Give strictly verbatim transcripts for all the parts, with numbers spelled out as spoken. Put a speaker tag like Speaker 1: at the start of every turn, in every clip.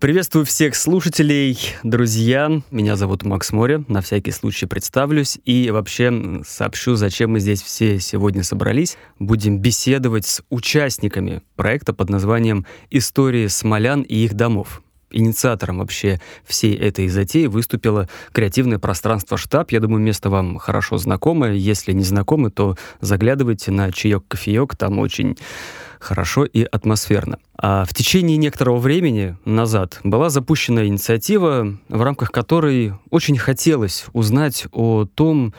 Speaker 1: Приветствую всех слушателей, друзья. Меня зовут Макс Море. На всякий случай представлюсь и вообще сообщу, зачем мы здесь все сегодня собрались. Будем беседовать с участниками проекта под названием «Истории смолян и их домов». Инициатором вообще всей этой затеи выступило креативное пространство «Штаб». Я думаю, место вам хорошо знакомое. Если не знакомы, то заглядывайте на чаек-кофеек. Там очень хорошо и атмосферно. А в течение некоторого времени назад была запущена инициатива, в рамках которой очень хотелось узнать о том,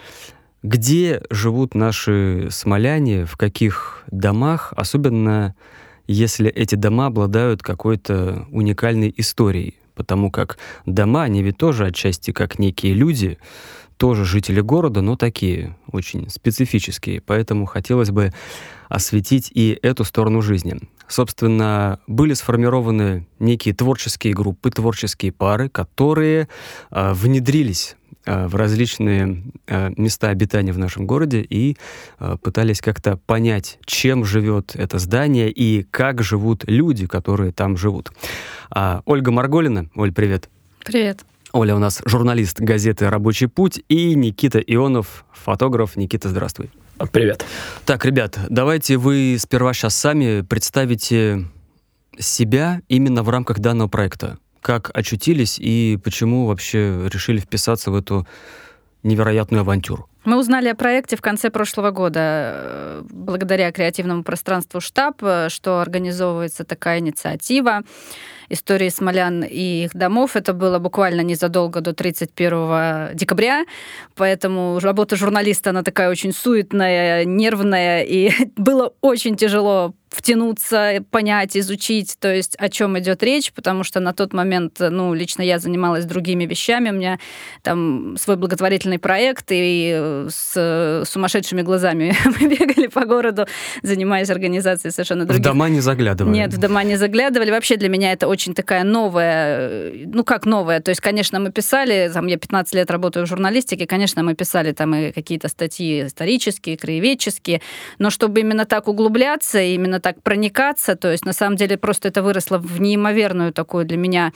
Speaker 1: где живут наши смоляне, в каких домах, особенно если эти дома обладают какой-то уникальной историей. Потому как дома, они ведь тоже отчасти как некие люди, тоже жители города, но такие, очень специфические. Поэтому хотелось бы осветить и эту сторону жизни. Собственно, были сформированы некие творческие группы, творческие пары, которые э, внедрились э, в различные э, места обитания в нашем городе и э, пытались как-то понять, чем живет это здание и как живут люди, которые там живут. А, Ольга Марголина. Оль, привет.
Speaker 2: Привет.
Speaker 1: Оля у нас журналист газеты «Рабочий путь», и Никита Ионов, фотограф. Никита, здравствуй.
Speaker 3: Привет.
Speaker 1: Так, ребят, давайте вы сперва сейчас сами представите себя именно в рамках данного проекта. Как очутились и почему вообще решили вписаться в эту невероятную авантюру?
Speaker 2: Мы узнали о проекте в конце прошлого года благодаря креативному пространству «Штаб», что организовывается такая инициатива «Истории смолян и их домов». Это было буквально незадолго до тридцать первого декабря, поэтому работа журналиста, она такая очень суетная, нервная, и было очень тяжело втянуться, понять, изучить, то есть о чем идет речь, потому что на тот момент, ну, лично я занималась другими вещами, у меня там свой благотворительный проект, и с сумасшедшими глазами мы бегали по городу, занимаясь организацией совершенно других.
Speaker 1: В дома не заглядывали?
Speaker 2: Нет, в дома не заглядывали. Вообще для меня это очень такая новая, ну как новая, то есть, конечно, мы писали, там, я пятнадцать лет работаю в журналистике, конечно, мы писали там и какие-то статьи исторические, краеведческие, но чтобы именно так углубляться, именно так проникаться, то есть на самом деле просто это выросло в неимоверную такую для меня,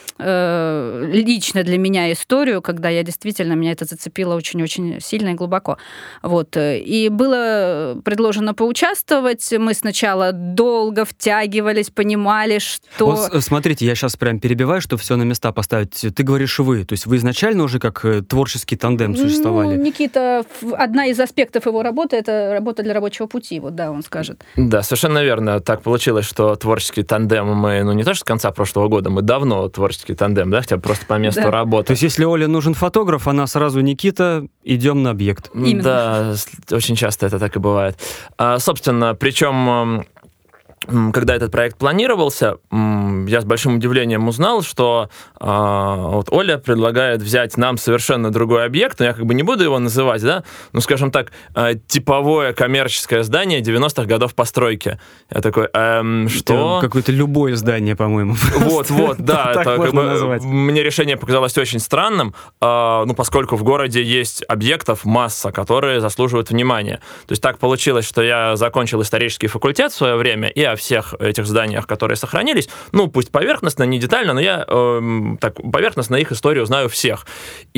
Speaker 2: э, лично для меня историю, когда я действительно, меня это зацепило очень-очень сильно и глубоко. Вот. И было предложено поучаствовать. Мы сначала долго втягивались, понимали, что...
Speaker 1: Вот смотрите, я сейчас прям перебиваю, чтобы все на места поставить. Ты говоришь «вы», то есть вы изначально уже как творческий тандем существовали?
Speaker 2: Ну, Никита, одна из аспектов его работы — это работа для рабочего пути, вот да, он скажет.
Speaker 3: Да, совершенно верно. Так получилось, что творческий тандем мы, ну, не то что с конца прошлого года, мы давно творческий тандем, да, хотя бы просто по месту
Speaker 2: да.
Speaker 3: работы.
Speaker 1: То есть если Оле нужен фотограф, она сразу «Никита, идем на объект».
Speaker 2: Именно.
Speaker 3: Да, очень часто это так и бывает. А, собственно, причем... Когда этот проект планировался, я с большим удивлением узнал, что э, вот Оля предлагает взять нам совершенно другой объект, но я как бы не буду его называть, да, ну, скажем так, э, типовое коммерческое здание девяностых годов постройки. Я такой, эм, что?
Speaker 1: Это какое-то любое здание, по-моему.
Speaker 3: Вот, вот, да,
Speaker 1: так
Speaker 3: это
Speaker 1: можно
Speaker 3: как бы,
Speaker 1: назвать.
Speaker 3: Мне решение показалось очень странным, э, ну, поскольку в городе есть объектов масса, которые заслуживают внимания. То есть так получилось, что я закончил исторический факультет в свое время, и о всех этих зданиях, которые сохранились, ну, пусть поверхностно, не детально, но я э, так поверхностно их историю знаю всех.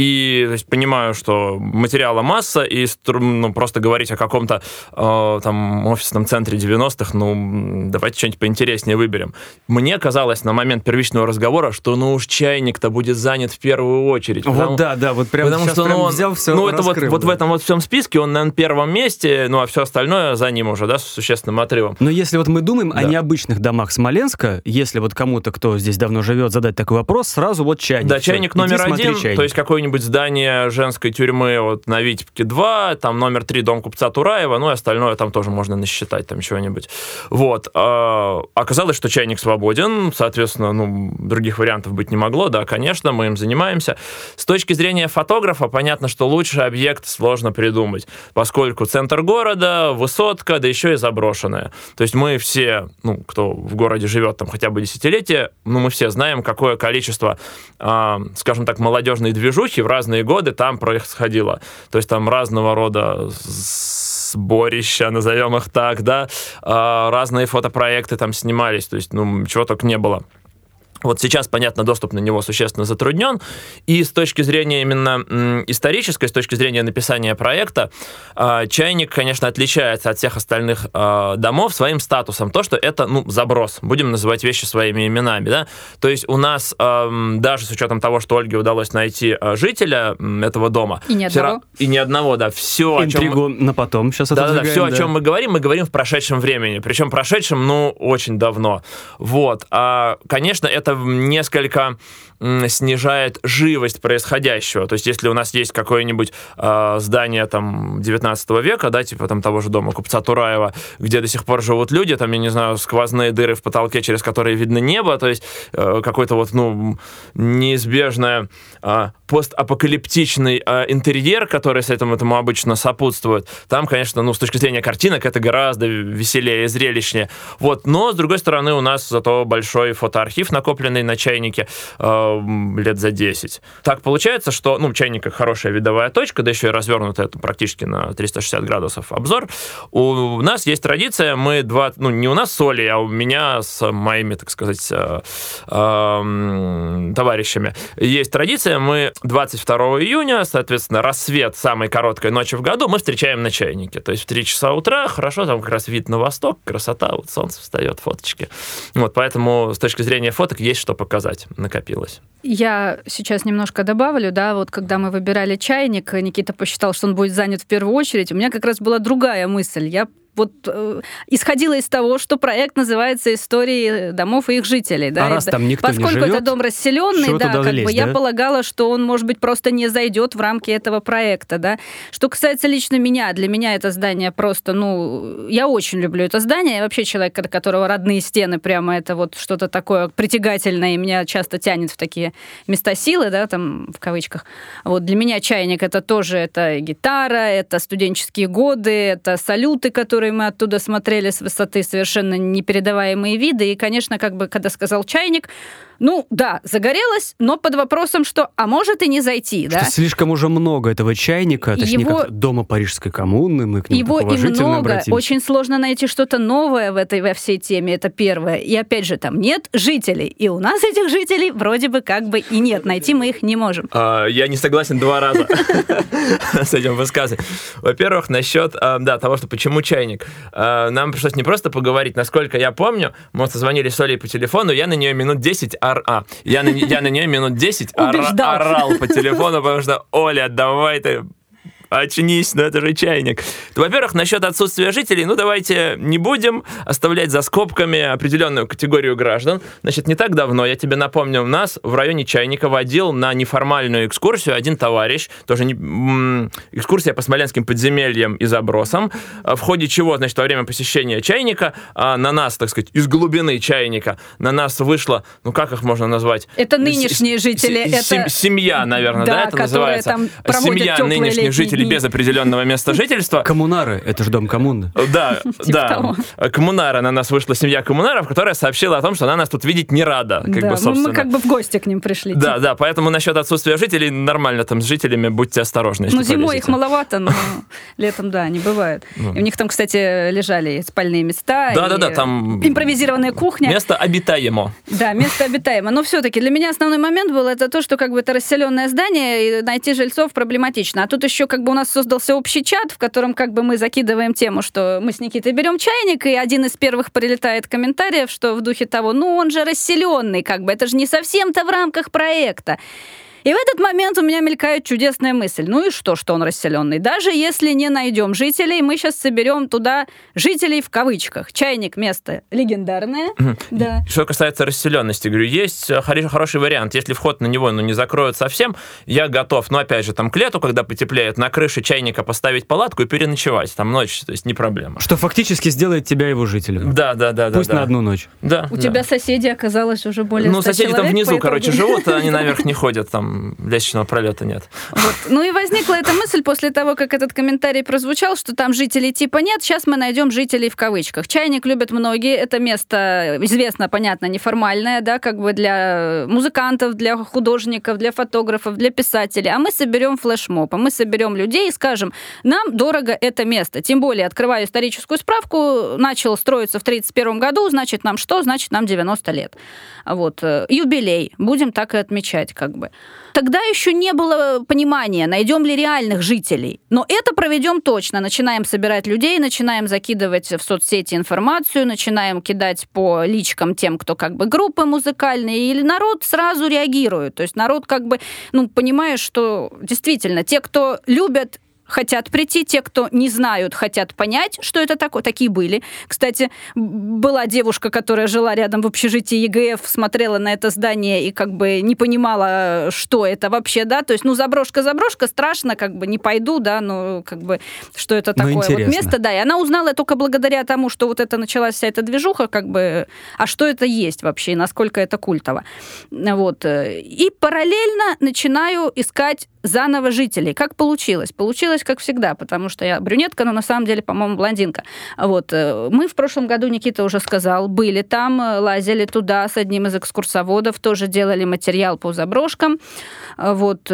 Speaker 3: И то есть, понимаю, что материала масса, и ну, просто говорить о каком-то э, там офисном центре девяностых, ну, давайте что-нибудь поинтереснее выберем. Мне казалось на момент первичного разговора, что ну уж чайник-то будет занят в первую очередь. Потому,
Speaker 1: вот да, да, вот прямо
Speaker 3: потому
Speaker 1: сейчас
Speaker 3: что,
Speaker 1: прям
Speaker 3: ну, он,
Speaker 1: взял, все
Speaker 3: ну, это
Speaker 1: раскрыл,
Speaker 3: вот,
Speaker 1: да.
Speaker 3: вот в этом вот всем списке он на первом месте, ну, а все остальное за ним уже, да, с существенным отрывом.
Speaker 1: Но если вот мы думаем
Speaker 3: да.
Speaker 1: о необычных домах Смоленска, если вот кому-то, кто здесь давно живет, задать такой вопрос, сразу вот чайник.
Speaker 3: Да,
Speaker 1: Все,
Speaker 3: чайник
Speaker 1: иди
Speaker 3: номер
Speaker 1: смотри
Speaker 3: один,
Speaker 1: чайник.
Speaker 3: то есть какое-нибудь здание женской тюрьмы вот на Витебке два, там номер три дом купца Тураева, ну и остальное там тоже можно насчитать, там чего-нибудь. Вот. А, оказалось, что чайник свободен, соответственно, ну, других вариантов быть не могло, да, конечно, мы им занимаемся. С точки зрения фотографа, понятно, что лучший объект сложно придумать, поскольку центр города, высотка, да еще и заброшенная. То есть мы все, ну, кто в городе живет там хотя бы десятилетие, ну, мы все знаем, какое количество, э, скажем так, молодежной движухи в разные годы там происходило. То есть там разного рода сборища, назовем их так, да, э, разные фотопроекты там снимались, то есть, ну, чего только не было. Вот сейчас, понятно, доступ на него существенно затруднен, и с точки зрения именно м, исторической, с точки зрения написания проекта, э, «Чайник», конечно, отличается от всех остальных э, домов своим статусом. То, что это, ну, заброс. Будем называть вещи своими именами, да. То есть у нас, э, даже с учетом того, что Ольге удалось найти э, жителя э, этого дома...
Speaker 2: И ни одного.
Speaker 3: Ра... И ни одного, да. Все,
Speaker 1: Интригу
Speaker 3: о чем...
Speaker 1: на потом сейчас
Speaker 3: да,
Speaker 1: отодвигаем.
Speaker 3: Да, все,
Speaker 1: да.
Speaker 3: о чем мы говорим, мы говорим в прошедшем времени. Причем прошедшем, ну, очень давно. Вот. А, конечно, это несколько м, снижает живость происходящего. То есть, если у нас есть какое-нибудь э, здание там девятнадцатого века, да, типа там того же дома купца Тураева, где до сих пор живут люди, там, я не знаю, сквозные дыры в потолке, через которые видно небо, то есть э, какой-то вот, ну, неизбежное э, постапокалиптичный э, интерьер, который с этим этому обычно сопутствует. Там, конечно, ну, с точки зрения картинок, это гораздо веселее и зрелищнее. Вот. Но, с другой стороны, у нас зато большой фотоархив, накопленный на «Чайнике» э, лет за десять. Так получается, что, ну, «Чайник» как хорошая видовая точка, да еще и развернутая практически на триста шестьдесят градусов обзор. У нас есть традиция, мы два, ну, не у нас с Олей, а у меня с моими, так сказать, э, э, товарищами. Есть традиция, мы двадцать второго июня, соответственно, рассвет самой короткой ночи в году, мы встречаем на «Чайнике». То есть в три часа утра, хорошо, там как раз вид на восток, красота, вот солнце встает, фоточки. Вот, поэтому с точки зрения фоток есть что показать, накопилось.
Speaker 2: Я сейчас немножко добавлю, да, вот когда мы выбирали «Чайник», Никита посчитал, что он будет занят в первую очередь, у меня как раз была другая мысль. Я вот э, исходила из того, что проект называется «Истории домов и их жителей». Да?
Speaker 1: А раз там никто
Speaker 2: Поскольку
Speaker 1: не живет,
Speaker 2: это дом расселенный, да, как
Speaker 1: лезть,
Speaker 2: бы
Speaker 1: да?
Speaker 2: я полагала, что он, может быть, просто не зайдет в рамки этого проекта. Да? Что касается лично меня, для меня это здание просто, ну, я очень люблю это здание. Я вообще человек, от которого родные стены, прямо это вот что-то такое притягательное, и меня часто тянет в такие места силы, да, там, в кавычках. Вот для меня «Чайник» — это тоже это гитара, это студенческие годы, это салюты, которые мы оттуда смотрели с высоты, совершенно непередаваемые виды. И, конечно, как бы, когда сказал «Чайник», ну, да, загорелось, но под вопросом, что, а может и не зайти,
Speaker 1: что
Speaker 2: да?
Speaker 1: слишком уже много этого «Чайника», точнее,
Speaker 2: его...
Speaker 1: как дома Парижской коммуны, мы к нему
Speaker 2: его
Speaker 1: так уважительно
Speaker 2: и много,
Speaker 1: обратимся.
Speaker 2: очень сложно найти что-то новое в этой, во всей теме, это первое. И опять же, там нет жителей, и у нас этих жителей вроде бы как бы и нет, найти мы их не можем.
Speaker 3: Я не согласен два раза с этим высказыванием. Во-первых, насчет, да, того, что почему «Чайник». Нам пришлось не просто поговорить, насколько я помню, мы созвонились с Олей по телефону, я на нее минут десять ор... а, я, на... я на нее минут десять ор... орал по телефону, потому что: Оля, давай ты... очнись, ну это же «Чайник». Во-первых, насчет отсутствия жителей, ну давайте не будем оставлять за скобками определенную категорию граждан. Значит, не так давно, я тебе напомню, у нас в районе «Чайника» водил на неформальную экскурсию один товарищ, тоже не, м- экскурсия по смоленским подземельям и забросам, в ходе чего, значит, во время посещения «Чайника» а, на нас, так сказать, из глубины «Чайника» на нас вышло, ну как их можно назвать?
Speaker 2: Это нынешние жители.
Speaker 3: С-
Speaker 2: это...
Speaker 3: Семья, наверное,
Speaker 2: да,
Speaker 3: да, это называется?
Speaker 2: Там семья
Speaker 3: нынешних жителей без определенного места жительства.
Speaker 1: Коммунары, это же дом коммуны.
Speaker 3: Да, да. Коммунары, на нас вышла семья коммунаров, которая сообщила о том, что она нас тут видеть не рада. Как
Speaker 2: да,
Speaker 3: бы, собственно.
Speaker 2: Мы как бы в гости к ним пришли.
Speaker 3: Да,
Speaker 2: типа.
Speaker 3: да, поэтому насчет отсутствия жителей нормально там с жителями, будьте осторожны.
Speaker 2: Ну, зимой их маловато, но летом, да, они бывают. И у них там, кстати, лежали спальные места.
Speaker 3: Да, да, да, там...
Speaker 2: импровизированная кухня.
Speaker 3: Место обитаемо.
Speaker 2: Да, место обитаемо. Но все-таки для меня основной момент был это то, что как бы это расселенное здание, и найти жильцов проблематично. А тут еще как бы у нас создался общий чат, в котором как бы мы закидываем тему, что мы с Никитой берем «Чайник», и один из первых прилетает комментариев, что в духе того, ну он же расселенный, как бы, это же не совсем-то в рамках проекта. И в этот момент у меня мелькает чудесная мысль. Ну и что, что он расселенный? Даже если не найдем жителей, мы сейчас соберем туда жителей в кавычках. «Чайник» — место легендарное. Mm-hmm. Да.
Speaker 3: Что касается расселенности, говорю, есть хороший вариант. Если вход на него ну, не закроют совсем, я готов. Но опять же, там к лету, когда потеплеет, на крыше «Чайника» поставить палатку и переночевать. Там ночь, то есть не проблема.
Speaker 1: Что фактически сделает тебя его жителем.
Speaker 3: Да, да, да.
Speaker 1: Пусть
Speaker 3: да,
Speaker 1: на
Speaker 3: да.
Speaker 1: одну ночь.
Speaker 3: Да,
Speaker 2: У
Speaker 3: да.
Speaker 2: тебя соседи оказалось уже более
Speaker 3: Ну,
Speaker 2: ста
Speaker 3: соседи
Speaker 2: человек,
Speaker 3: там внизу,
Speaker 2: поэтому...
Speaker 3: короче, живут, они наверх не ходят там. там лестничного пролета нет.
Speaker 2: Вот. Ну и возникла эта мысль после того, как этот комментарий прозвучал, что там жителей типа нет, сейчас мы найдем жителей в кавычках. Чайник любят многие, это место известно, понятно, неформальное, да, как бы для музыкантов, для художников, для фотографов, для писателей, а мы соберем флешмоб, а мы соберем людей и скажем, нам дорого это место. Тем более, открываю историческую справку, начал строиться в тридцать первом году, значит, нам что? Значит, нам девяносто лет. Вот. Юбилей. Будем так и отмечать, как бы. Тогда еще не было понимания, найдем ли реальных жителей. Но это проведем точно. Начинаем собирать людей, начинаем закидывать в соцсети информацию, начинаем кидать по личкам тем, кто как бы группы музыкальные, или народ сразу реагирует. То есть народ как бы, ну, понимает, что действительно те, кто любят, хотят прийти, те, кто не знают, хотят понять, что это такое. Такие были. Кстати, была девушка, которая жила рядом в общежитии ЕГЭФ, смотрела на это здание и как бы не понимала, что это вообще, да, то есть, ну, заброшка-заброшка, страшно, как бы не пойду, да, ну, как бы, что это такое вот место, да, и она узнала только благодаря тому, что вот это началась вся эта движуха, как бы, а что это есть вообще, и насколько это культово. Вот. И параллельно начинаю искать заново жителей. Как получилось? Получилось, как всегда, потому что я брюнетка, но на самом деле, по-моему, блондинка. Вот. Мы в прошлом году, Никита уже сказал, были там, лазили туда с одним из экскурсоводов, тоже делали материал по заброшкам. Вот.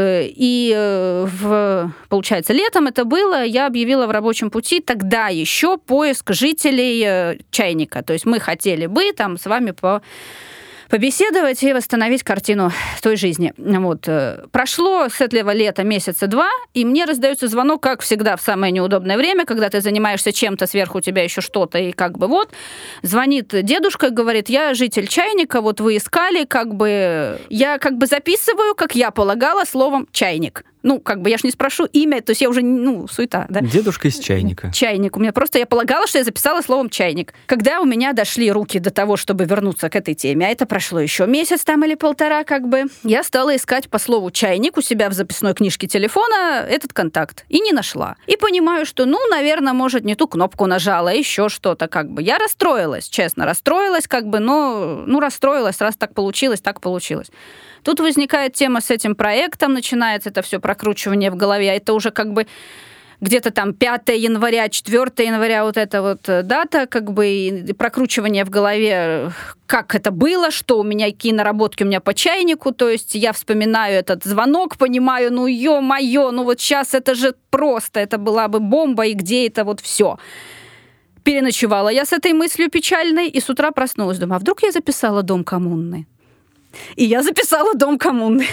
Speaker 2: И, в, получается, летом это было, я объявила в рабочем пути тогда еще поиск жителей Чайника. То есть мы хотели бы там с вами по побеседовать и восстановить картину той жизни. Вот. Прошло с этого лета месяца два, и мне раздается звонок, как всегда, в самое неудобное время, когда ты занимаешься чем-то, сверху у тебя еще что-то, и как бы вот. Звонит дедушка и говорит, я житель Чайника, вот вы искали, как бы... Я как бы записываю, как я полагала, словом «чайник». Ну, как бы я ж не спрошу имя, то есть я уже, ну, суета, да.
Speaker 1: Дедушка из Чайника.
Speaker 2: Чайник. У меня просто, я полагала, что я записала словом «чайник». Когда у меня дошли руки до того, чтобы вернуться к этой теме, а это прошло еще месяц там или полтора, как бы, я стала искать по слову «чайник» у себя в записной книжке телефона этот контакт. И не нашла. И понимаю, что, ну, наверное, может, не ту кнопку нажала, еще что-то, как бы. Я расстроилась, честно, расстроилась, как бы, но, ну, расстроилась, раз так получилось, так получилось. Тут возникает тема с этим проектом, начинается это все прокручивание в голове, а это уже как бы где-то там пятого января, четвёртого января вот эта вот дата, как бы и прокручивание в голове, как это было, что у меня, какие наработки у меня по чайнику, то есть я вспоминаю этот звонок, понимаю, ну ё-моё, ну вот сейчас это же просто, это была бы бомба, и где это вот все. Переночевала я с этой мыслью печальной, и с утра проснулась, думаю, а вдруг я записала дом коммунный? И я записала дом коммуны.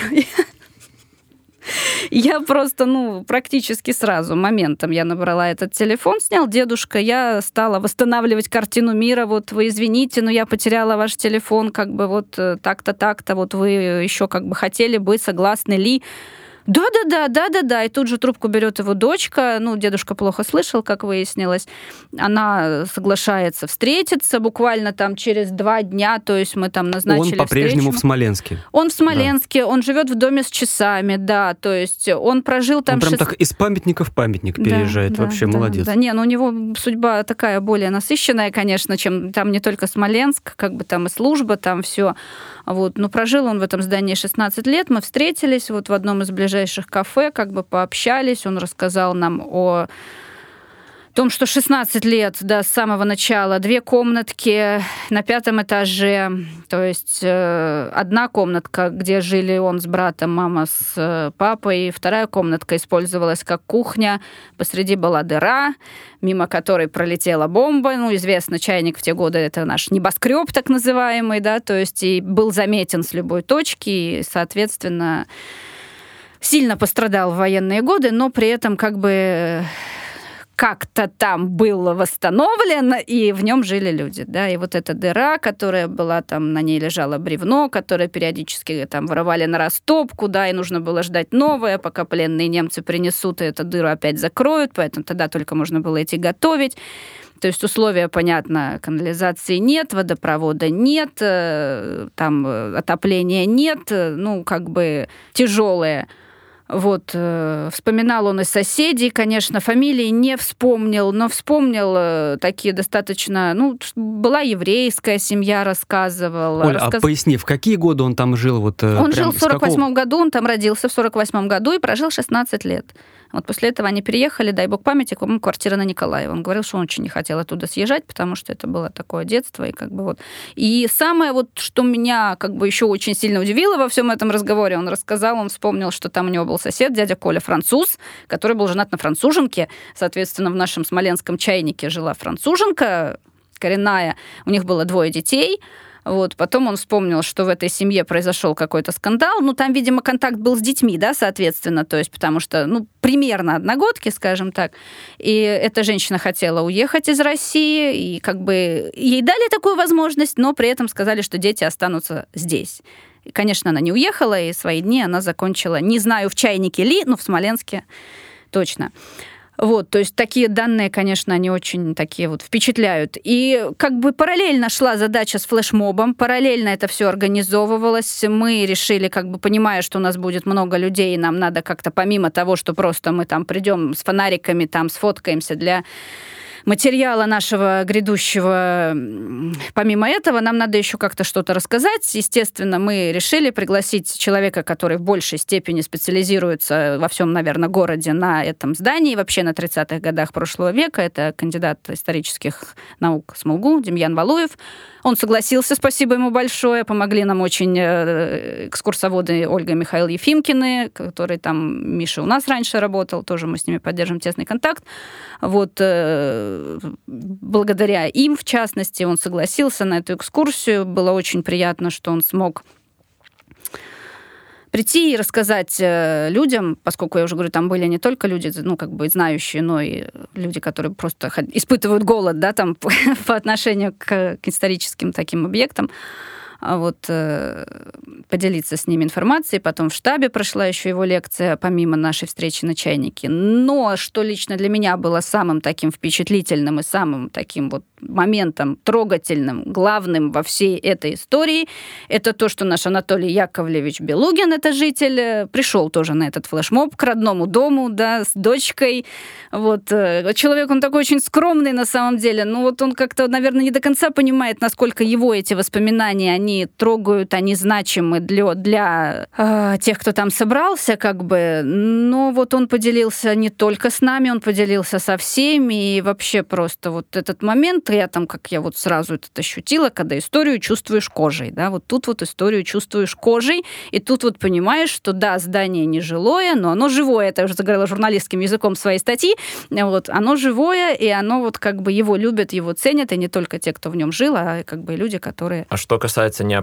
Speaker 2: Я просто, ну, практически сразу, моментом я набрала этот телефон, снял дедушка, я стала восстанавливать картину мира, вот вы извините, но я потеряла ваш телефон, как бы вот так-то, так-то, вот вы еще как бы хотели бы, согласны ли? Да-да-да, да-да-да. И тут же трубку берет его дочка. Ну, дедушка плохо слышал, как выяснилось. Она соглашается встретиться буквально там через два дня. То есть мы там назначили
Speaker 1: Он по-прежнему
Speaker 2: встречу.
Speaker 1: в Смоленске.
Speaker 2: Он в Смоленске, да. Он живет в доме с часами, да. То есть он прожил там...
Speaker 1: Он прям
Speaker 2: шест...
Speaker 1: так из памятника в памятник переезжает. Да, вообще
Speaker 2: да,
Speaker 1: молодец.
Speaker 2: Да, не, ну у него судьба такая более насыщенная, конечно, чем там не только Смоленск, как бы там и служба, там все. Вот. Но прожил он в этом здании шестнадцать лет. Мы встретились вот в одном из ближайших кафе, как бы пообщались. Он рассказал нам о том, что шестнадцать лет, да, с самого начала, две комнатки на пятом этаже, то есть э, одна комнатка, где жили он с братом, мама с э, папой, и вторая комнатка использовалась как кухня, посреди была дыра, мимо которой пролетела бомба, ну, известно, Чайник в те годы, это наш небоскреб так называемый, да, то есть и был заметен с любой точки, и, соответственно, сильно пострадал в военные годы, но при этом как бы как-то там был восстановлен, и в нем жили люди, да, и вот эта дыра, которая была там, на ней лежало бревно, которое периодически там воровали на растопку, да, и нужно было ждать новое, пока пленные немцы принесут, и эту дыру опять закроют, поэтому тогда только можно было идти готовить. То есть условия, понятно, канализации нет, водопровода нет, там отопления нет, ну, как бы тяжелые. Вот, э, вспоминал он и соседей, конечно, фамилии не вспомнил, но вспомнил э, такие достаточно... Ну, была еврейская семья, рассказывал.
Speaker 1: Оль,
Speaker 2: рассказ...
Speaker 1: а поясни, в какие годы он там жил? Вот, э,
Speaker 2: он
Speaker 1: прям
Speaker 2: жил в сорок восьмом
Speaker 1: какого...
Speaker 2: году, он там родился в сорок восьмом году и прожил шестнадцать лет. Вот после этого они переехали, дай бог памяти, к нему квартира на Николаева. Он говорил, что он очень не хотел оттуда съезжать, потому что это было такое детство. И, как бы вот. И самое, вот, что меня как бы еще очень сильно удивило во всем этом разговоре, он рассказал, он вспомнил, что там у него был сосед, дядя Коля, француз, который был женат на француженке. Соответственно, в нашем смоленском чайнике жила француженка коренная. У них было двое детей. Вот. Потом он вспомнил, что в этой семье произошел какой-то скандал. Ну, там, видимо, контакт был с детьми, да, соответственно, то есть потому что, ну, примерно одногодки, скажем так. И эта женщина хотела уехать из России, и как бы ей дали такую возможность, но при этом сказали, что дети останутся здесь. И, конечно, она не уехала, и свои дни она закончила, не знаю, в Чайнике ли, но в Смоленске точно. Вот, то есть такие данные, конечно, они очень такие вот впечатляют. И как бы параллельно шла задача с флешмобом, параллельно это все организовывалось. Мы решили, как бы понимая, что у нас будет много людей, и нам надо как-то помимо того, что просто мы там придем с фонариками, там сфоткаемся для материала нашего грядущего, помимо этого, нам надо еще как-то что-то рассказать. Естественно, мы решили пригласить человека, который в большей степени специализируется во всем, наверное, городе на этом здании, вообще на тридцатых годах прошлого века. Это кандидат исторических наук СМУЛГУ Демьян Валуев. Он согласился, спасибо ему большое. Помогли нам очень экскурсоводы Ольга и Михаил Ефимкины, который там, Миша у нас раньше работал, тоже мы с ними поддерживаем тесный контакт. Вот благодаря им, в частности, он согласился на эту экскурсию. Было очень приятно, что он смог прийти и рассказать людям, поскольку, я уже говорю, там были не только люди, ну, как бы знающие, но и люди, которые просто испытывают голод, да, там, по отношению к, к историческим таким объектам. Вот, э, поделиться с ними информацией. Потом в штабе прошла еще его лекция, помимо нашей встречи на Чайнике. Но что лично для меня было самым таким впечатлительным и самым таким вот моментом трогательным, главным во всей этой истории, это то, что наш Анатолий Яковлевич Белугин, это житель, пришел тоже на этот флешмоб к родному дому, да, с дочкой. Вот. Человек, он такой очень скромный на самом деле, но вот он как-то, наверное, не до конца понимает, насколько его эти воспоминания, они трогают, они значимы для, для э, тех, кто там собрался, как бы. Но вот он поделился не только с нами, он поделился со всеми, и вообще просто вот этот момент, я там, как я вот сразу это ощутила, когда историю чувствуешь кожей, да, вот тут вот историю чувствуешь кожей, и тут вот понимаешь, что да, здание не жилое, но оно живое, это я уже заговорила журналистским языком своей статьи, вот, оно живое, и оно вот как бы его любят, его ценят, и не только те, кто в нем жил, а как бы люди, которые...
Speaker 3: А что касается необ...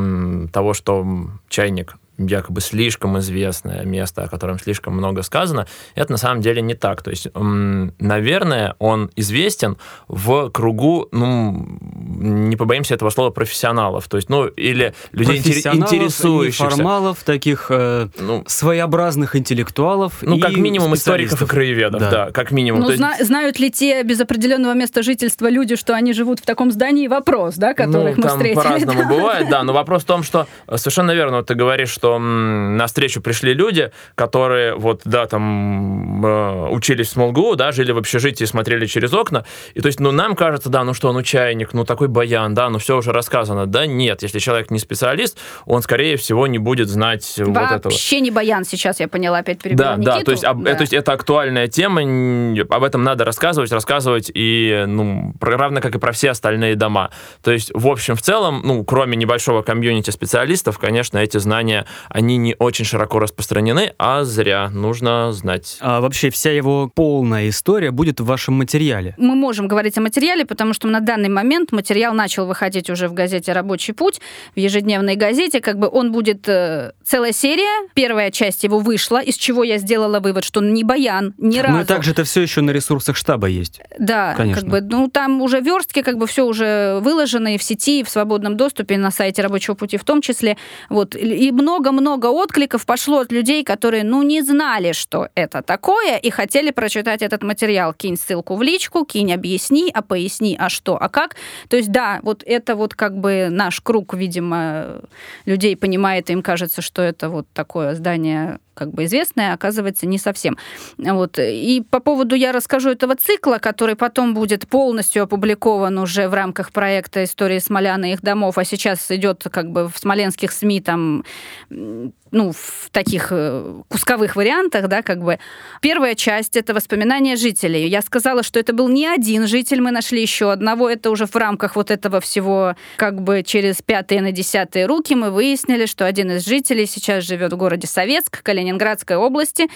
Speaker 3: того, что Чайник якобы слишком известное место, о котором слишком много сказано, это на самом деле не так. То есть, наверное, он известен в кругу, ну, не побоимся этого слова, профессионалов. То есть, ну, или людей интересующихся.
Speaker 1: Неформалов, таких э, ну, своеобразных интеллектуалов.
Speaker 3: Ну, как минимум историков и краеведов, да, да как минимум.
Speaker 2: Ну, зна- есть... знают ли те без определенного места жительства люди, что они живут в таком здании, вопрос, да, которых
Speaker 3: ну,
Speaker 2: мы встретили.
Speaker 3: По-разному бывает, да, но вопрос в том, что совершенно верно, вот ты говоришь, что на встречу пришли люди, которые вот, да, там учились в СМУЛГУ, да, жили в общежитии, смотрели через окна, и то есть, ну, нам кажется, да, ну что, ну, Чайник, ну, такой баян, да, ну, все уже рассказано, да, нет, если человек не специалист, он, скорее всего, не будет знать
Speaker 2: Вообще
Speaker 3: вот этого.
Speaker 2: Вообще не баян, сейчас я поняла, опять перебила
Speaker 3: да,
Speaker 2: Никиту.
Speaker 3: Да, то есть, об, да. то есть, это актуальная тема, об этом надо рассказывать, рассказывать, и, ну, равно как и про все остальные дома. То есть, в общем, в целом, ну, кроме небольшого комьюнити специалистов, конечно, эти знания, они не очень широко распространены, а зря, нужно знать.
Speaker 1: А вообще вся его полная история будет в вашем материале?
Speaker 2: Мы можем говорить о материале, потому что на данный момент материал начал выходить уже в газете «Рабочий путь», в ежедневной газете, как бы он будет э, целая серия, первая часть его вышла, из чего я сделала вывод, что он не баян, ни разу.
Speaker 1: Ну и также это все еще на ресурсах штаба есть.
Speaker 2: Да,
Speaker 1: конечно.
Speaker 2: Как бы, ну там уже верстки, как бы все уже выложено и в сети, и в свободном доступе, на сайте «Рабочего пути» в том числе. Вот. И много-много откликов пошло от людей, которые, ну, не знали, что это такое, и хотели прочитать этот материал. Кинь ссылку в личку, кинь, объясни, а поясни, а что, а как. То есть, да, вот это вот как бы наш круг, видимо, людей понимает, им кажется, что это вот такое здание как бы известная, оказывается, не совсем. Вот. И по поводу, я расскажу этого цикла, который потом будет полностью опубликован уже в рамках проекта «Истории Смоляна и их домов», а сейчас идет как бы в смоленских СМИ там, ну, в таких кусковых вариантах, да, как бы. Первая часть — это воспоминания жителей. Я сказала, что это был не один житель, мы нашли еще одного. Это уже в рамках вот этого всего, как бы через пятые на десятые руки мы выяснили, что один из жителей сейчас живет в городе Советск, Калининградской области.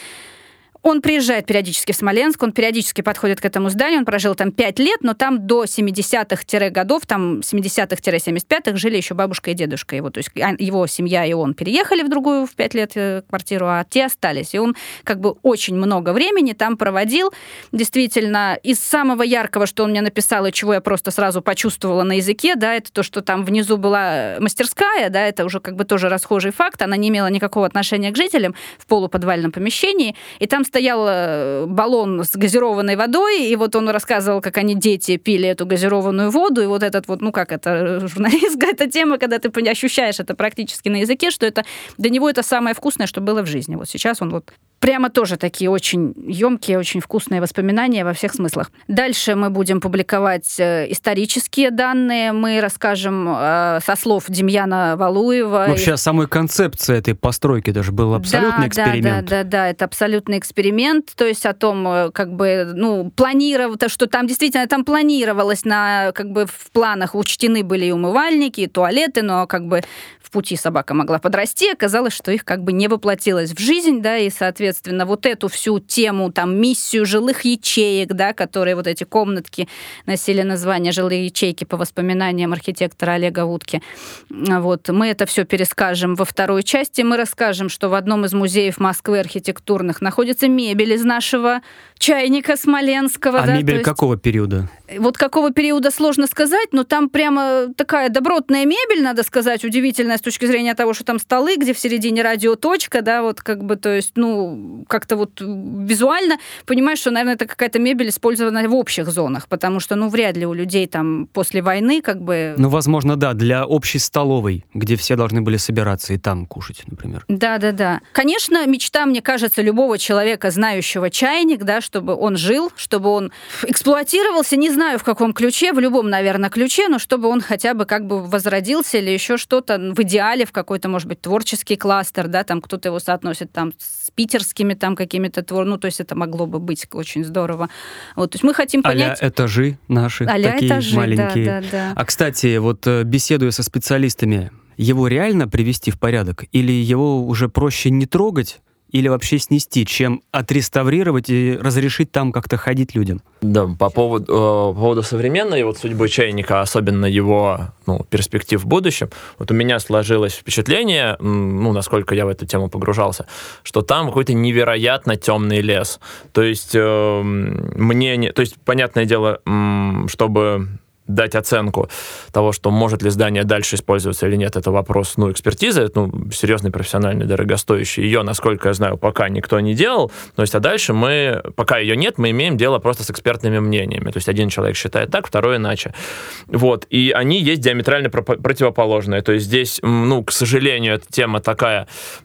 Speaker 2: Он приезжает периодически в Смоленск, он периодически подходит к этому зданию, он прожил там пять лет, но там до семидесятых годов, там семидесятых-семьдесят пятых жили еще бабушка и дедушка его. То есть его семья и он переехали в другую в пять лет квартиру, а те остались. И он как бы очень много времени там проводил. Действительно, из самого яркого, что он мне написал, и чего я просто сразу почувствовала на языке, да, это то, что там внизу была мастерская, да, это уже как бы тоже расхожий факт, она не имела никакого отношения к жителям в полуподвальном помещении, и там стоял баллон с газированной водой, и вот он рассказывал, как они, дети, пили эту газированную воду, и вот этот вот, ну как это, журналистская эта тема, когда ты ощущаешь это практически на языке, что это для него это самое вкусное, что было в жизни. Вот сейчас он вот прямо тоже такие очень емкие, очень вкусные воспоминания во всех смыслах. Дальше мы будем публиковать исторические данные, мы расскажем э, со слов Демьяна Валуева.
Speaker 1: Вообще, самой концепция этой постройки даже был абсолютный
Speaker 2: да,
Speaker 1: эксперимент.
Speaker 2: Да, да, да, да, это абсолютный эксперимент, то есть о том, как бы, ну, планировать, что там действительно там планировалось, на, как бы в планах учтены были и умывальники, и туалеты, но как бы в пути собака могла подрасти, оказалось, что их как бы не воплотилось в жизнь, да, и, соответственно, вот эту всю тему, там, миссию жилых ячеек, да, которые вот эти комнатки носили название «Жилые ячейки» по воспоминаниям архитектора Олега Вудки. Вот, мы это все перескажем во второй части. Мы расскажем, что в одном из музеев Москвы архитектурных находится мебель из нашего чайника смоленского.
Speaker 1: А
Speaker 2: да,
Speaker 1: мебель
Speaker 2: есть...
Speaker 1: какого периода?
Speaker 2: Вот какого периода сложно сказать, но там прямо такая добротная мебель, надо сказать, удивительная с точки зрения того, что там столы, где в середине радиоточка, да, вот как бы, то есть, ну, как-то вот визуально понимаешь, что, наверное, это какая-то мебель, использованная в общих зонах, потому что, ну, вряд ли у людей там после войны как бы...
Speaker 1: Ну, возможно, да, для общей столовой, где все должны были собираться и там кушать, например.
Speaker 2: Да-да-да. Конечно, мечта, мне кажется, любого человека, знающего чайник, да, чтобы он жил, чтобы он эксплуатировался, не знаю, в каком ключе, в любом, наверное, ключе, но чтобы он хотя бы как бы возродился или еще что-то в идеале, в какой-то, может быть, творческий кластер, да, там кто-то его соотносит там с питерскими там какими-то твор, ну, то есть это могло бы быть очень здорово. Вот, то есть мы хотим понять...
Speaker 1: А-ля этажи наши,
Speaker 2: а-ля
Speaker 1: такие
Speaker 2: этажи,
Speaker 1: маленькие.
Speaker 2: Да, да, да.
Speaker 1: А, кстати, вот беседуя со специалистами, его реально привести в порядок? Или его уже проще не трогать, или вообще снести, чем отреставрировать и разрешить там как-то ходить людям?
Speaker 3: Да, по поводу, по поводу современной вот судьбы чайника, особенно его, ну, перспектив в будущем, вот у меня сложилось впечатление, ну, насколько я в эту тему погружался, что там какой-то невероятно темный лес. То есть э, мне не... То есть, понятное дело, чтобы... дать оценку того, что может ли здание дальше использоваться или нет, это вопрос, ну, экспертизы, ну, серьезный, профессиональный, дорогостоящий. Ее, насколько я знаю, пока никто не делал. То есть, а дальше мы, пока ее нет, мы имеем дело просто с экспертными мнениями. То есть, один человек считает так, второй иначе. Вот. И они есть диаметрально противоположные. То есть, здесь, ну, к сожалению, эта тема такая,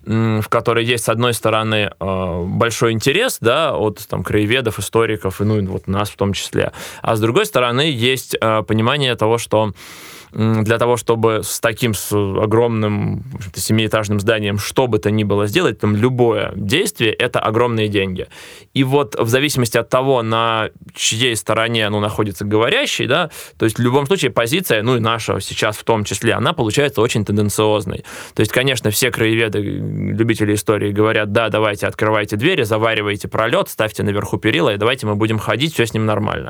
Speaker 3: в которой есть, с одной стороны, большой интерес, да, от там краеведов, историков, и, ну, вот нас в том числе. А с другой стороны, есть понимание того, что для того, чтобы с таким с огромным семиэтажным зданием что бы то ни было сделать, там любое действие — это огромные деньги. И вот в зависимости от того, на чьей стороне, ну, находится говорящий, да, то есть в любом случае позиция, ну и наша сейчас в том числе, она получается очень тенденциозной. То есть, конечно, все краеведы, любители истории говорят: да, давайте открывайте двери, заваривайте пролет, ставьте наверху перила, и давайте мы будем ходить, все с ним нормально.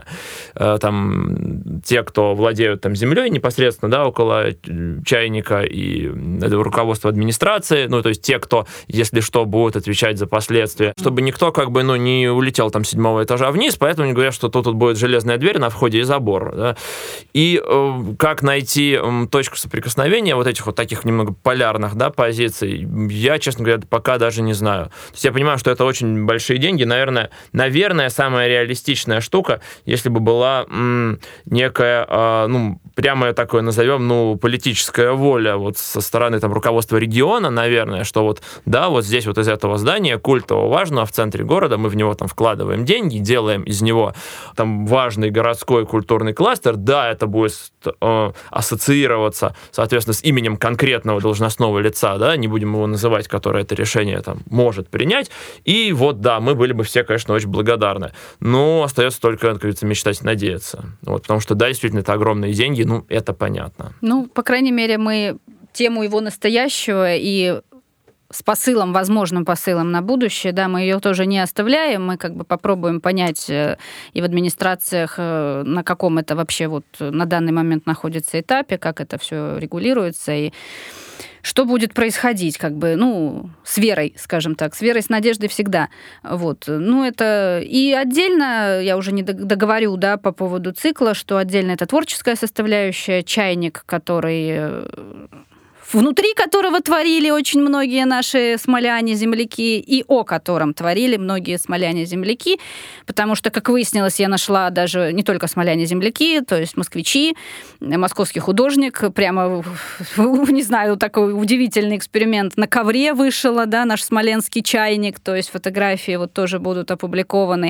Speaker 3: Там те, кто владеют там землей непосредственно, да, около чайника, и руководство администрации, ну, то есть те, кто, если что, будут отвечать за последствия, чтобы никто как бы, ну, не улетел там с седьмого этажа вниз, поэтому они говорят, что тут, тут будет железная дверь на входе и забор, да. И э, как найти э, точку соприкосновения вот этих вот таких немного полярных, да, позиций, я, честно говоря, пока даже не знаю. То есть я понимаю, что это очень большие деньги, наверное, наверное, самая реалистичная штука, если бы была м, некая некая, ну, прямо такое назовем, ну, политическая воля вот со стороны там руководства региона, наверное, что вот, да, вот здесь вот из этого здания культового важного в центре города мы в него там вкладываем деньги, делаем из него там важный городской культурный кластер, да, это будет э, ассоциироваться, соответственно, с именем конкретного должностного лица, да, не будем его называть, которое это решение там может принять, и вот, да, мы были бы все, конечно, очень благодарны, но остается только, как говорится, мечтать и надеяться, вот, потому что, да, действительно, это огромные деньги, ну, это понятно.
Speaker 2: Ну, по крайней мере, мы тему его настоящего и с посылом, возможным посылом на будущее, да, мы ее тоже не оставляем, мы как бы попробуем понять и в администрациях, на каком это вообще вот на данный момент находится этапе, как это все регулируется и что будет происходить, как бы, ну, с верой, скажем так, с верой, с надеждой всегда. Вот. Ну, это и отдельно, я уже не договорю, да, по поводу цикла, что отдельно это творческая составляющая, чайник, который... внутри которого творили очень многие наши смоляне-земляки, и о котором творили многие смоляне-земляки, потому что, как выяснилось, я нашла даже не только смоляне-земляки, то есть москвичи, московский художник, прямо, не знаю, такой удивительный эксперимент. На ковре вышел, да, наш смоленский чайник, то есть фотографии вот тоже будут опубликованы.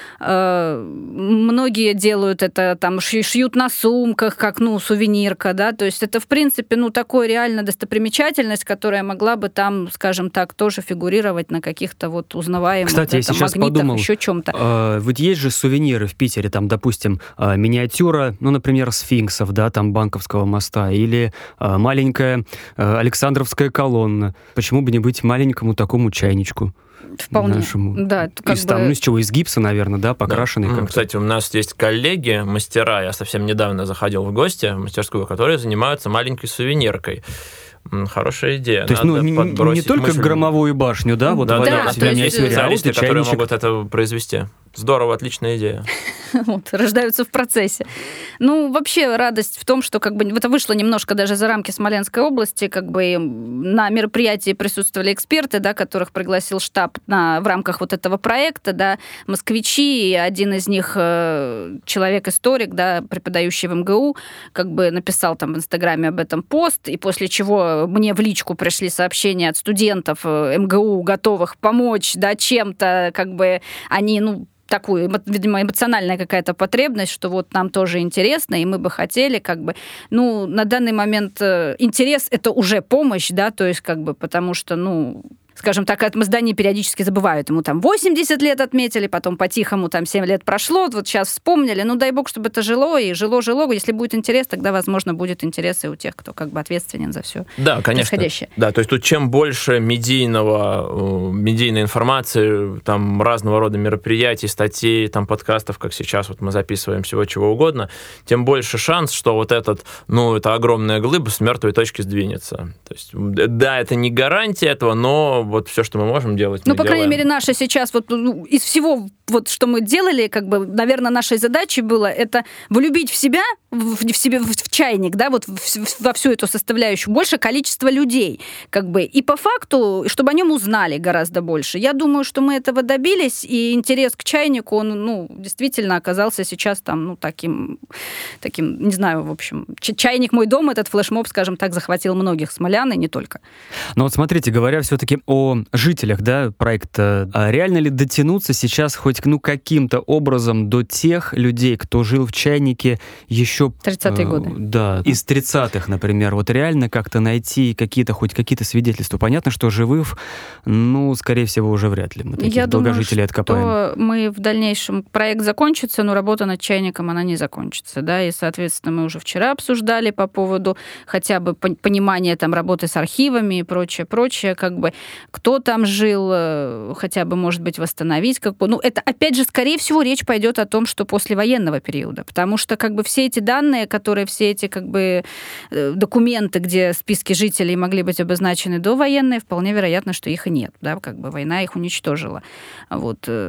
Speaker 2: Многие делают это, там, шьют на сумках, как, ну, сувенирка, да, то есть это, в принципе, ну, такой реально достопримечательность, которая могла бы там, скажем так, тоже фигурировать на каких-то вот узнаваемых,
Speaker 1: кстати,
Speaker 2: да,
Speaker 1: я
Speaker 2: там,
Speaker 1: сейчас
Speaker 2: магнитах,
Speaker 1: подумал,
Speaker 2: еще чем-то.
Speaker 1: Э, вот есть же сувениры в Питере, там, допустим, э, миниатюра, ну, например, сфинксов, да, там, Банковского моста, или э, маленькая э, Александровская колонна. Почему бы не быть маленькому такому чайничку?
Speaker 2: Вполне,
Speaker 1: нашему.
Speaker 2: Да, как
Speaker 1: из,
Speaker 2: бы...
Speaker 1: там, ну, из чего? Из гипса, наверное, да, покрашенный.
Speaker 3: Да.
Speaker 1: Как-то.
Speaker 3: Кстати, у нас есть коллеги, мастера, я совсем недавно заходил в гости в мастерскую, которые занимаются маленькой сувениркой. Хорошая идея.
Speaker 1: То есть, ну, не, не только
Speaker 3: мысль...
Speaker 1: громовую башню, да, вот
Speaker 3: да,
Speaker 1: в
Speaker 3: да,
Speaker 1: этом
Speaker 3: да, есть специалисты, которые
Speaker 1: чайничек.
Speaker 3: могут это произвести. Здорово, отличная идея.
Speaker 2: Вот, рождаются в процессе. Ну, вообще, радость в том, что как бы это вышло немножко даже за рамки Смоленской области, как бы на мероприятии присутствовали эксперты, да, которых пригласил штаб на, в рамках вот этого проекта, да, москвичи, и один из них человек-историк, да, преподающий в эм гэ у, как бы написал там в Инстаграме об этом пост, и после чего мне в личку пришли сообщения от студентов эм гэ у, готовых помочь, да, чем-то, как бы они, ну, такую, видимо, эмоциональная какая-то потребность, что вот нам тоже интересно, и мы бы хотели, как бы, ну, на данный момент интерес — это уже помощь, да, то есть, как бы, потому что, ну, скажем так, от здания периодически забывают. Ему там восемьдесят лет отметили, потом по-тихому там семь лет прошло, вот сейчас вспомнили. Ну, дай бог, чтобы это жило, и жило-жило. Если будет интерес, тогда, возможно, будет интерес и у тех, кто как бы ответственен за все
Speaker 3: да, конечно.
Speaker 2: происходящее.
Speaker 3: Да, то есть тут чем больше медийного, медийной информации, там разного рода мероприятий, статей, там подкастов, как сейчас вот мы записываем, всего чего угодно, тем больше шанс, что вот этот, ну, это огромная глыба с мертвой точки сдвинется. То есть, да, это не гарантия этого, но вот все, что мы можем делать,
Speaker 2: Ну,
Speaker 3: мы
Speaker 2: по
Speaker 3: делаем.
Speaker 2: крайней мере, наша сейчас, вот ну, из всего, вот, что мы делали, как бы, наверное, нашей задачей было это влюбить в себя, в, в себе, в, в чайник, да, вот в, в, во всю эту составляющую, больше количество людей, как бы, и по факту, чтобы о нем узнали гораздо больше. Я думаю, что мы этого добились, и интерес к чайнику, он, ну, действительно оказался сейчас там, ну, таким, таким, не знаю, в общем, чайник «Мой дом», этот флешмоб, скажем так, захватил многих смолян, и не только.
Speaker 1: Но вот смотрите, говоря все-таки о о жителях, да, проекта. А реально ли дотянуться сейчас хоть, ну, каким-то образом до тех людей, кто жил в чайнике еще...
Speaker 2: тридцатые
Speaker 1: э,
Speaker 2: годы.
Speaker 1: Да, из тридцатых, например. Вот реально как-то найти какие-то, хоть какие-то свидетельства. Понятно, что живых, ну, скорее всего, уже вряд ли. Мы таких
Speaker 2: Я
Speaker 1: долгожителей
Speaker 2: думаю,
Speaker 1: откопаем.
Speaker 2: что мы в дальнейшем... Проект закончится, но работа над чайником, она не закончится, да, и, соответственно, мы уже вчера обсуждали по поводу хотя бы понимания там работы с архивами и прочее, прочее, как бы кто там жил, хотя бы, может быть, восстановить. Как бы. Ну, это, опять же, скорее всего, речь пойдет о том, что после военного периода, потому что как бы все эти данные, которые, все эти как бы документы, где списки жителей могли быть обозначены довоенные, вполне вероятно, что их и нет, да, как бы война их уничтожила. Вот.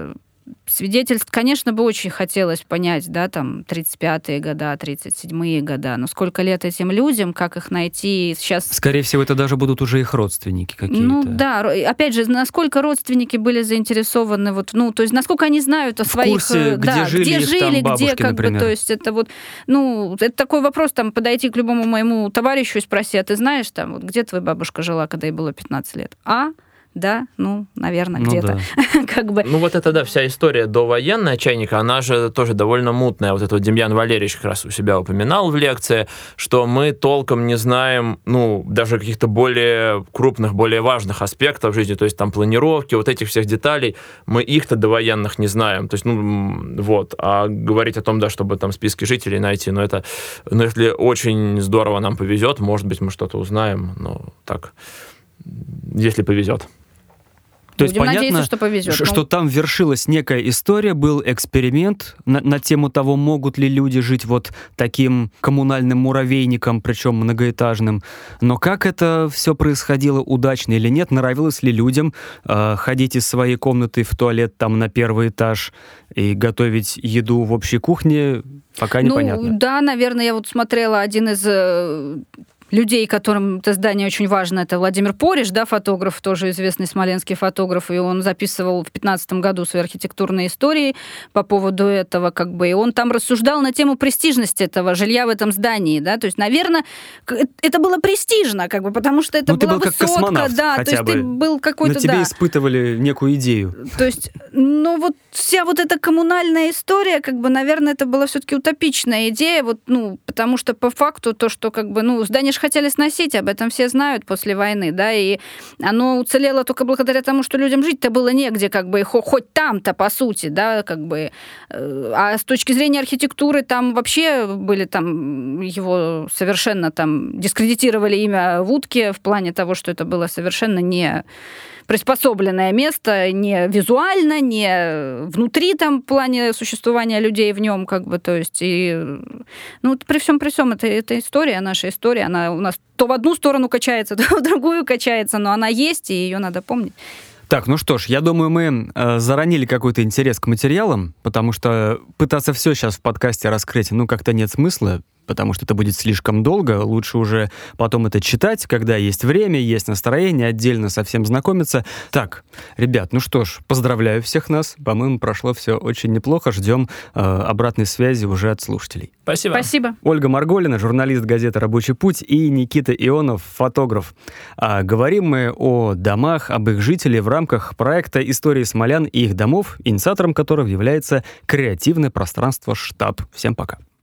Speaker 2: свидетельств, конечно, бы очень хотелось понять, да, там, тридцать пятые года, тридцать седьмые года, но сколько лет этим людям, как их найти сейчас...
Speaker 1: Скорее всего, это даже будут уже их родственники какие-то.
Speaker 2: Ну, да, опять же, насколько родственники были заинтересованы, вот, ну, то есть, насколько они знают о
Speaker 1: в
Speaker 2: своих...
Speaker 1: курсе, где
Speaker 2: да,
Speaker 1: жили,
Speaker 2: где, жили,
Speaker 1: там бабушки,
Speaker 2: где, как
Speaker 1: например.
Speaker 2: бы, то есть, это вот, ну, это такой вопрос, там, подойти к любому моему товарищу и спросить, а ты знаешь, там, вот, где твоя бабушка жила, когда ей было пятнадцать лет? А? Да, ну, наверное,
Speaker 1: Ну
Speaker 2: где-то.
Speaker 1: да.
Speaker 2: Как бы.
Speaker 3: Ну вот это, да, вся история довоенная Чайника, она же тоже довольно мутная. Вот это вот Демьян Валерьевич как раз у себя упоминал в лекции, что мы толком не знаем, ну, даже каких-то более крупных, более важных аспектов жизни, то есть там планировки, вот этих всех деталей, мы их-то довоенных не знаем. То есть, ну, вот. А говорить о том, да, чтобы там списки жителей найти, ну, это, ну, если очень здорово нам повезет, может быть, мы что-то узнаем, ну, так, если повезет.
Speaker 1: То есть
Speaker 2: Будем
Speaker 1: понятно,
Speaker 2: надеяться, что повезет.
Speaker 1: ш-
Speaker 2: Ну,
Speaker 1: что там вершилась некая история, был эксперимент на, на тему того, могут ли люди жить вот таким коммунальным муравейником, причем многоэтажным. Но как это все происходило, удачно или нет, нравилось ли людям э, ходить из своей комнаты в туалет там на первый этаж и готовить еду в общей кухне, пока непонятно.
Speaker 2: Ну, да, наверное, я вот смотрела один из... э, людей, которым это здание очень важно, это Владимир Пориш, да, фотограф, тоже известный смоленский фотограф, и он записывал в пятнадцатом году свои архитектурные истории по поводу этого, как бы, и он там рассуждал на тему престижности этого жилья в этом здании, да, то есть, наверное, это было престижно, как бы, потому что это
Speaker 1: ну,
Speaker 2: была
Speaker 1: ты был
Speaker 2: высотка,
Speaker 1: как космонавт,
Speaker 2: да,
Speaker 1: хотя
Speaker 2: то есть
Speaker 1: бы.
Speaker 2: ты был какой-то,
Speaker 1: На тебе
Speaker 2: да.
Speaker 1: испытывали некую идею.
Speaker 2: То есть, ну, вот вся вот эта коммунальная история, как бы, наверное, это была все-таки утопичная идея, вот, ну, потому что по факту то, что, как бы, ну, здание хотели сносить, об этом все знают после войны, да, и оно уцелело только благодаря тому, что людям жить-то было негде, как бы, хоть там-то, по сути, да, как бы, а с точки зрения архитектуры там вообще были там, его совершенно там дискредитировали имя Вудке в плане того, что это было совершенно не приспособленное место, не визуально, не внутри там в плане существования людей в нем, как бы, то есть, и, ну, при всем при всем, это, это история, наша история, она у нас то в одну сторону качается, то в другую качается, но она есть, и ее надо помнить.
Speaker 1: Так, ну что ж, я думаю, мы э, заронили какой-то интерес к материалам, потому что пытаться все сейчас в подкасте раскрыть, ну, как-то нет смысла, потому что это будет слишком долго. Лучше уже потом это читать, когда есть время, есть настроение, отдельно со всем знакомиться. Так, ребят, ну что ж, поздравляю всех нас. По-моему, прошло все очень неплохо. Ждем э, обратной связи уже от слушателей.
Speaker 3: Спасибо.
Speaker 2: Спасибо.
Speaker 1: Ольга Марголина, журналист газеты «Рабочий путь», и Никита Ионов, фотограф. А говорим мы о домах, об их жителях в рамках проекта «Истории смолян и их домов», инициатором которого является креативное пространство «Штаб». Всем пока.